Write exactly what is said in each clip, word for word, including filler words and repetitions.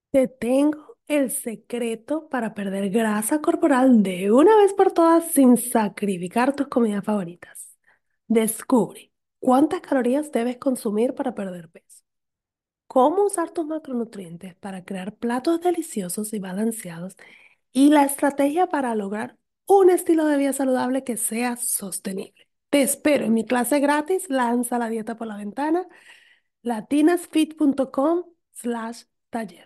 Te tengo el secreto para perder grasa corporal de una vez por todas sin sacrificar tus comidas favoritas. Descubre cuántas calorías debes consumir para perder peso, cómo usar tus macronutrientes para crear platos deliciosos y balanceados y la estrategia para lograr un estilo de vida saludable que sea sostenible. Te espero en mi clase gratis, Lanza la dieta por la ventana, latinasfit punto com slash taller.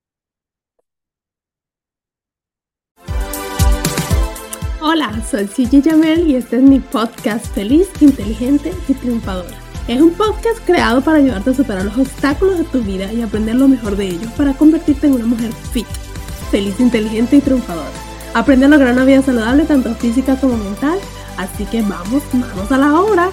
Hola, soy Gigi Jamel y este es mi podcast Feliz, Inteligente y Triunfadora. Es un podcast creado para ayudarte a superar los obstáculos de tu vida y aprender lo mejor de ellos para convertirte en una mujer fit, feliz, inteligente y triunfadora. Aprende a lograr una vida saludable tanto física como mental, así que vamos, vamos a la obra.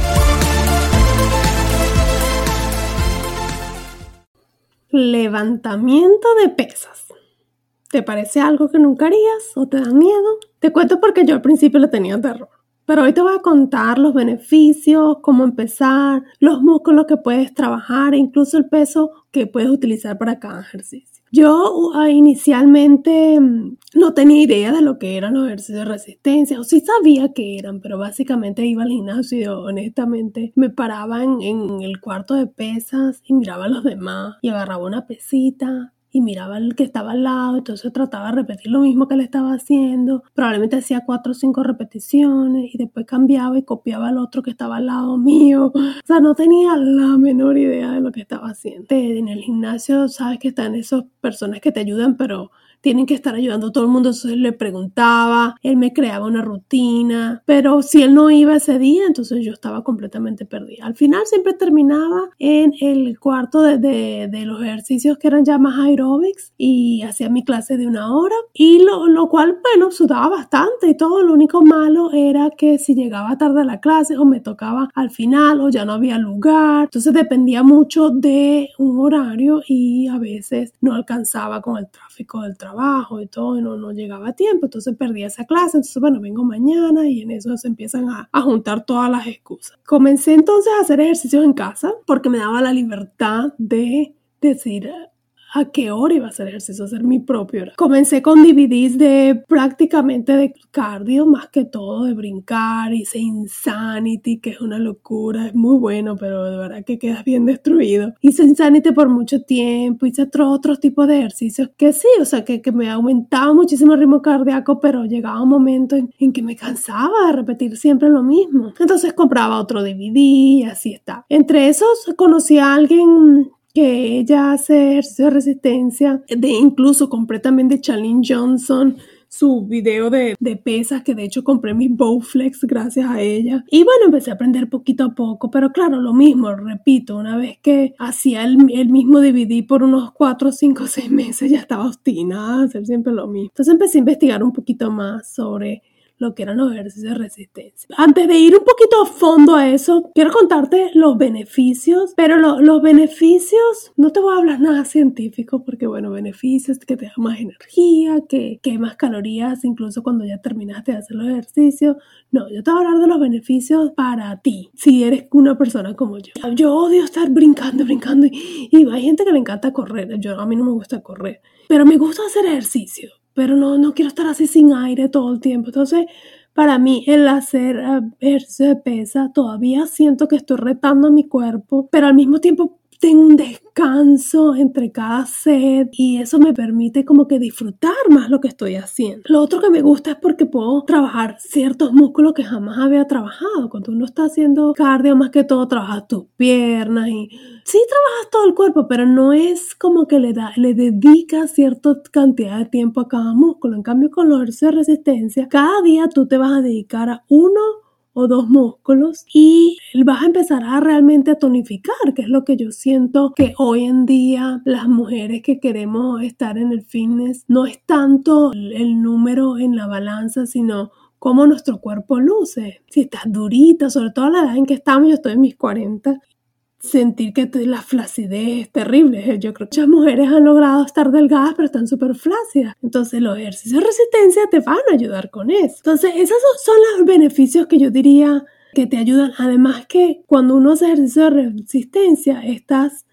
Levantamiento de pesas. ¿Te parece algo que nunca harías o te da miedo? Te cuento porque yo al principio le tenía terror. Pero hoy te voy a contar los beneficios, cómo empezar, los músculos que puedes trabajar e incluso el peso que puedes utilizar para cada ejercicio. Yo uh, inicialmente um, no tenía idea de lo que eran los ejercicios de resistencia, o sí sabía que eran, pero básicamente iba al gimnasio y honestamente me paraba en, en el cuarto de pesas y miraba a los demás y agarraba una pesita y miraba al que estaba al lado, entonces trataba de repetir lo mismo que él estaba haciendo, probablemente hacía cuatro o cinco repeticiones y después cambiaba y copiaba al otro que estaba al lado mío, o sea, no tenía la menor idea de lo que estaba haciendo. En el gimnasio sabes que están esas personas que te ayudan, pero tienen que estar ayudando a todo el mundo, entonces le preguntaba, él me creaba una rutina, pero si él no iba ese día, entonces yo estaba completamente perdida. Al final siempre terminaba en el cuarto de, de, de los ejercicios que eran ya más aeróbics y hacía mi clase de una hora y lo, lo cual, bueno, sudaba bastante y todo. Lo único malo era que si llegaba tarde a la clase o me tocaba al final o ya no había lugar, entonces dependía mucho de un horario y a veces no alcanzaba con el tráfico del trabajo trabajo y todo, y no, no llegaba a tiempo, entonces perdía esa clase, entonces bueno, vengo mañana y en eso se empiezan a, a juntar todas las excusas. Comencé entonces a hacer ejercicios en casa porque me daba la libertad de decir a qué hora iba a hacer ejercicio, hacer mi propio hora. Comencé con D V Ds de prácticamente de cardio, más que todo de brincar, hice Insanity, que es una locura, es muy bueno, pero de verdad que quedas bien destruido. Hice Insanity por mucho tiempo, hice otros otros tipos de ejercicios que sí, o sea, que, que me aumentaba muchísimo el ritmo cardíaco, pero llegaba un momento en, en que me cansaba de repetir siempre lo mismo. Entonces compraba otro D V D y así está. Entre esos conocí a alguien que ella hace ejercicio de resistencia, de incluso compré también de Charlene Johnson su video de, de pesas, que de hecho compré mis Bowflex gracias a ella. Y bueno, empecé a aprender poquito a poco, pero claro, lo mismo, repito, una vez que hacía el, el mismo D V D por unos cuatro, cinco, seis meses, ya estaba obstinada a hacer siempre lo mismo. Entonces empecé a investigar un poquito más sobre lo que eran los ejercicios de resistencia. Antes de ir un poquito a fondo a eso, quiero contarte los beneficios, pero lo, los beneficios, no te voy a hablar nada científico, porque bueno, beneficios que te da más energía, que quemas calorías incluso cuando ya terminaste de hacer los ejercicios. No, yo te voy a hablar de los beneficios para ti, si eres una persona como yo. Yo odio estar brincando, brincando, y, y hay gente que le encanta correr. Yo, a mí no me gusta correr, pero me gusta hacer ejercicio. Pero no, no quiero estar así sin aire todo el tiempo. Entonces, para mí, el hacer uh, ejercicio de pesa, todavía siento que estoy retando a mi cuerpo, pero al mismo tiempo tengo un descanso entre cada set y eso me permite como que disfrutar más lo que estoy haciendo. Lo otro que me gusta es porque puedo trabajar ciertos músculos que jamás había trabajado. Cuando uno está haciendo cardio, más que todo trabajas tus piernas y sí trabajas todo el cuerpo, pero no es como que le, da, le dedicas cierta cantidad de tiempo a cada músculo. En cambio, con los ejercicios de resistencia, cada día tú te vas a dedicar a uno o dos músculos y vas a empezar a realmente a tonificar, que es lo que yo siento que hoy en día las mujeres que queremos estar en el fitness no es tanto el número en la balanza, sino cómo nuestro cuerpo luce. Si estás durita, sobre todo a la edad en que estamos, yo estoy en mis cuarenta, sentir que la flacidez es terrible. Yo creo que muchas mujeres han logrado estar delgadas, pero están súper flácidas. Entonces, los ejercicios de resistencia te van a ayudar con eso. Entonces, esos son, son los beneficios que yo diría que te ayudan. Además que cuando uno hace ejercicio de resistencia, estás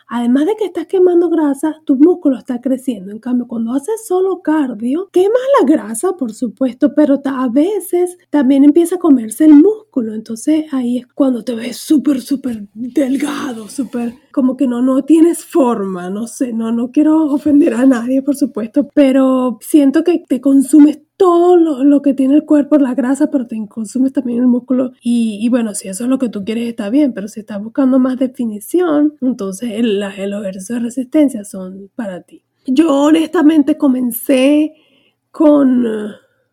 Además de que estás quemando grasa, tu músculo está creciendo. En cambio, cuando haces solo cardio, quemas la grasa, por supuesto, pero a veces también empieza a comerse el músculo. Entonces ahí es cuando te ves súper, súper delgado, súper como que no, no tienes forma. No sé, no, no quiero ofender a nadie, por supuesto, pero siento que te consumes todo lo, lo que tiene el cuerpo, la grasa, pero te consumes también el músculo y, y bueno, si eso es lo que tú quieres está bien, pero si estás buscando más definición, entonces el, la, los ejercicios de resistencia son para ti. Yo honestamente comencé con uh,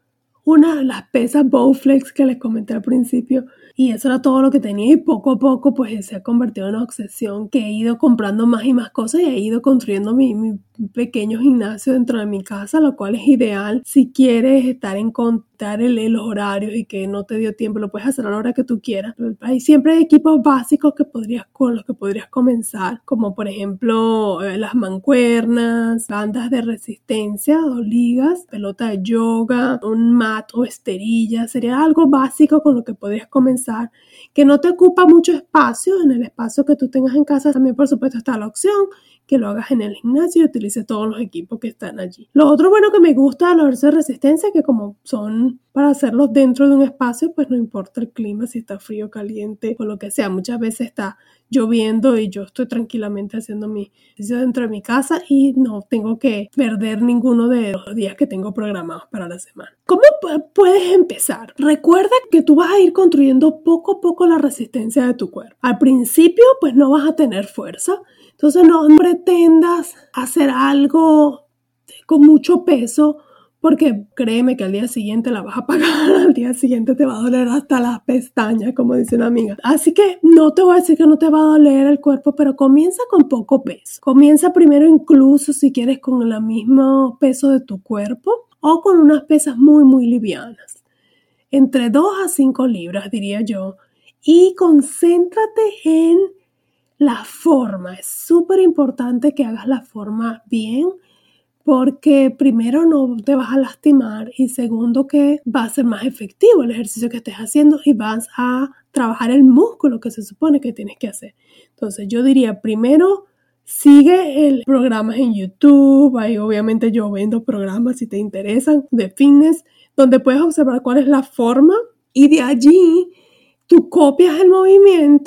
una de las pesas Bowflex que les comenté al principio y eso era todo lo que tenía y poco a poco pues se ha convertido en una obsesión que he ido comprando más y más cosas y he ido construyendo mi, mi pequeño gimnasio dentro de mi casa, lo cual es ideal si quieres estar en contar el, los horarios y que no te dio tiempo, lo puedes hacer a la hora que tú quieras. Hay siempre equipos básicos que podrías, con los que podrías comenzar, como por ejemplo eh, las mancuernas, bandas de resistencia o ligas, pelota de yoga, un mat o esterilla, sería algo básico con lo que podrías comenzar, que no te ocupa mucho espacio. En el espacio que tú tengas en casa también por supuesto está la opción que lo hagas en el gimnasio y utilices todos los equipos que están allí. Lo otro bueno que me gusta de los ejercicios de resistencia, que como son para hacerlos dentro de un espacio, pues no importa el clima, si está frío, caliente o lo que sea. Muchas veces está lloviendo y yo estoy tranquilamente haciendo mi ejercicio dentro de mi casa y no tengo que perder ninguno de los días que tengo programados para la semana. ¿Cómo puedes empezar? Recuerda que tú vas a ir construyendo poco a poco la resistencia de tu cuerpo. Al principio, pues no vas a tener fuerza. Entonces no pretendas hacer algo con mucho peso porque créeme que al día siguiente la vas a pagar, al día siguiente te va a doler hasta las pestañas, como dice una amiga. Así que no te voy a decir que no te va a doler el cuerpo, pero comienza con poco peso. Comienza primero incluso si quieres con el mismo peso de tu cuerpo o con unas pesas muy muy livianas. Entre dos a cinco libras diría yo. Y concéntrate en la forma. Es súper importante que hagas la forma bien porque primero no te vas a lastimar y segundo que va a ser más efectivo el ejercicio que estés haciendo y vas a trabajar el músculo que se supone que tienes que hacer. Entonces yo diría primero sigue el programas en YouTube, ahí obviamente yo vendo programas si te interesan de fitness donde puedes observar cuál es la forma y de allí tú copias el movimiento.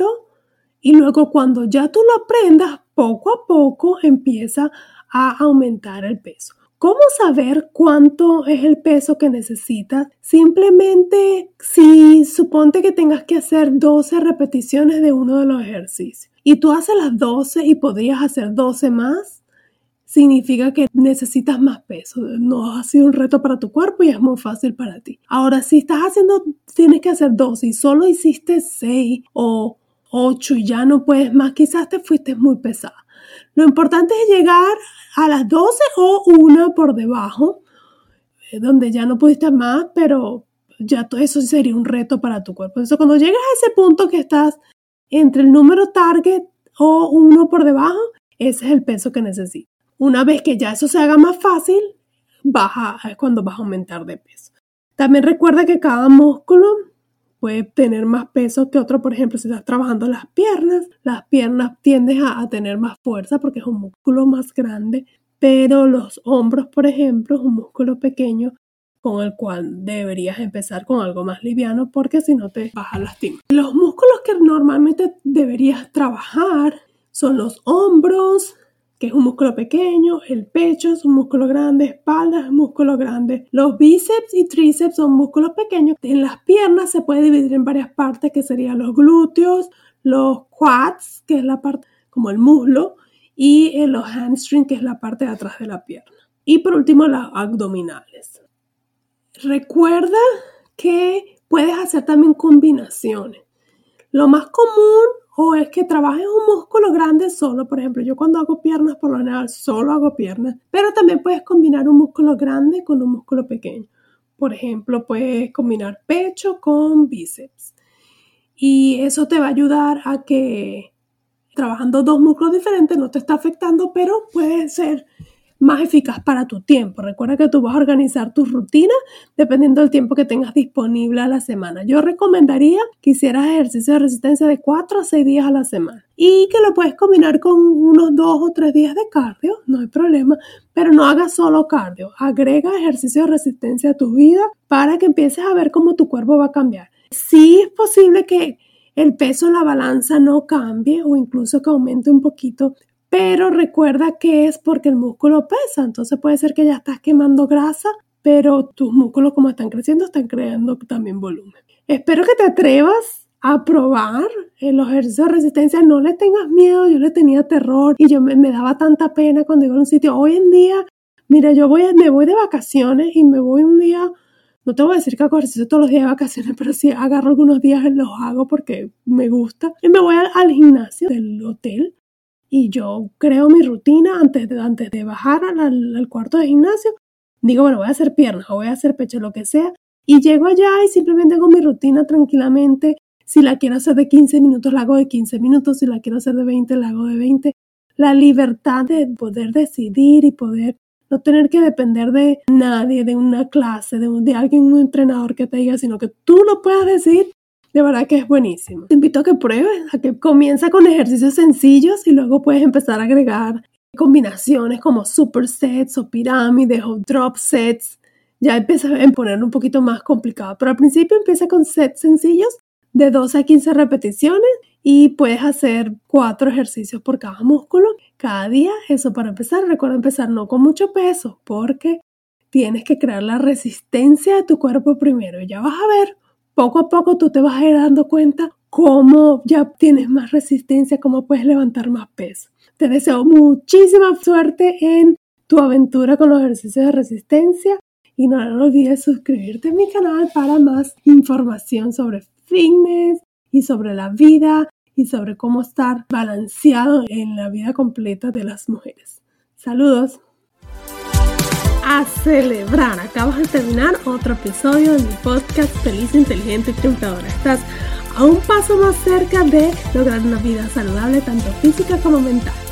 Y luego cuando ya tú lo aprendas, poco a poco empieza a aumentar el peso. ¿Cómo saber cuánto es el peso que necesitas? Simplemente si suponte que tengas que hacer doce repeticiones de uno de los ejercicios y tú haces las doce y podrías hacer doce más, significa que necesitas más peso. No ha sido un reto para tu cuerpo y es muy fácil para ti. Ahora, si estás haciendo, tienes que hacer doce y solo hiciste seis o ocho y ya no puedes más, quizás te fuiste muy pesada. Lo importante es llegar a las doce o una por debajo, donde ya no pudiste más, pero ya todo eso sería un reto para tu cuerpo. Entonces, cuando llegas a ese punto que estás entre el número target o uno por debajo, ese es el peso que necesitas. Una vez que ya eso se haga más fácil, baja, es cuando vas a aumentar de peso. También recuerda que cada músculo puede tener más peso que otro. Por ejemplo, si estás trabajando las piernas, las piernas tiendes a, a tener más fuerza porque es un músculo más grande, pero los hombros, por ejemplo, es un músculo pequeño con el cual deberías empezar con algo más liviano porque si no te vas a lastimar. Los músculos que normalmente deberías trabajar son los hombros, que es un músculo pequeño, el pecho es un músculo grande, espalda es un músculo grande. Los bíceps y tríceps son músculos pequeños. En las piernas se puede dividir en varias partes, que serían los glúteos, los quads, que es la parte como el muslo, y eh, los hamstrings, que es la parte de atrás de la pierna. Y por último, los abdominales. Recuerda que puedes hacer también combinaciones. Lo más común o es que trabajes un músculo grande solo. Por ejemplo, yo cuando hago piernas, por lo general solo hago piernas, pero también puedes combinar un músculo grande con un músculo pequeño. Por ejemplo, puedes combinar pecho con bíceps. Y eso te va a ayudar a que trabajando dos músculos diferentes no te está afectando, pero puede ser más eficaz para tu tiempo. Recuerda que tú vas a organizar tus rutinas dependiendo del tiempo que tengas disponible a la semana. Yo recomendaría que hicieras ejercicio de resistencia de cuatro a seis días a la semana y que lo puedes combinar con unos dos o tres días de cardio, no hay problema, pero no hagas solo cardio. Agrega ejercicio de resistencia a tu vida para que empieces a ver cómo tu cuerpo va a cambiar. Sí es posible que el peso en la balanza no cambie o incluso que aumente un poquito, pero recuerda que es porque el músculo pesa, entonces puede ser que ya estás quemando grasa, pero tus músculos como están creciendo están creando también volumen. Espero que te atrevas a probar los ejercicios de resistencia, no le tengas miedo, yo le tenía terror y yo me, me daba tanta pena cuando iba a un sitio. Hoy en día, mira, yo voy, me voy de vacaciones y me voy un día, no te voy a decir que hago ejercicio todos los días de vacaciones, pero sí agarro algunos días y los hago porque me gusta y me voy al, al gimnasio del hotel. Y yo creo mi rutina antes de, antes de bajar al, al cuarto de gimnasio. Digo, bueno, voy a hacer piernas o voy a hacer pecho, lo que sea. Y llego allá y simplemente hago mi rutina tranquilamente. Si la quiero hacer de quince minutos, la hago de quince minutos. Si la quiero hacer de veinte, la hago de veinte. La libertad de poder decidir y poder no tener que depender de nadie, de una clase, de, un, de alguien, un entrenador que te diga, sino que tú lo puedas decidir. De verdad que es buenísimo. Te invito a que pruebes, a que comienza con ejercicios sencillos y luego puedes empezar a agregar combinaciones como supersets o pirámides o drop sets. Ya empieza a poner un poquito más complicado, pero al principio empieza con sets sencillos de doce a quince repeticiones y puedes hacer cuatro ejercicios por cada músculo cada día. Eso para empezar. Recuerda empezar no con mucho peso porque tienes que crear la resistencia de tu cuerpo primero y ya vas a ver. Poco a poco tú te vas a ir dando cuenta cómo ya tienes más resistencia, cómo puedes levantar más peso. Te deseo muchísima suerte en tu aventura con los ejercicios de resistencia y no olvides suscribirte a mi canal para más información sobre fitness y sobre la vida y sobre cómo estar balanceado en la vida completa de las mujeres. Saludos. A celebrar, acabas de terminar otro episodio de mi podcast Feliz, Inteligente y Triunfadora. Estás a un paso más cerca de lograr una vida saludable tanto física como mental.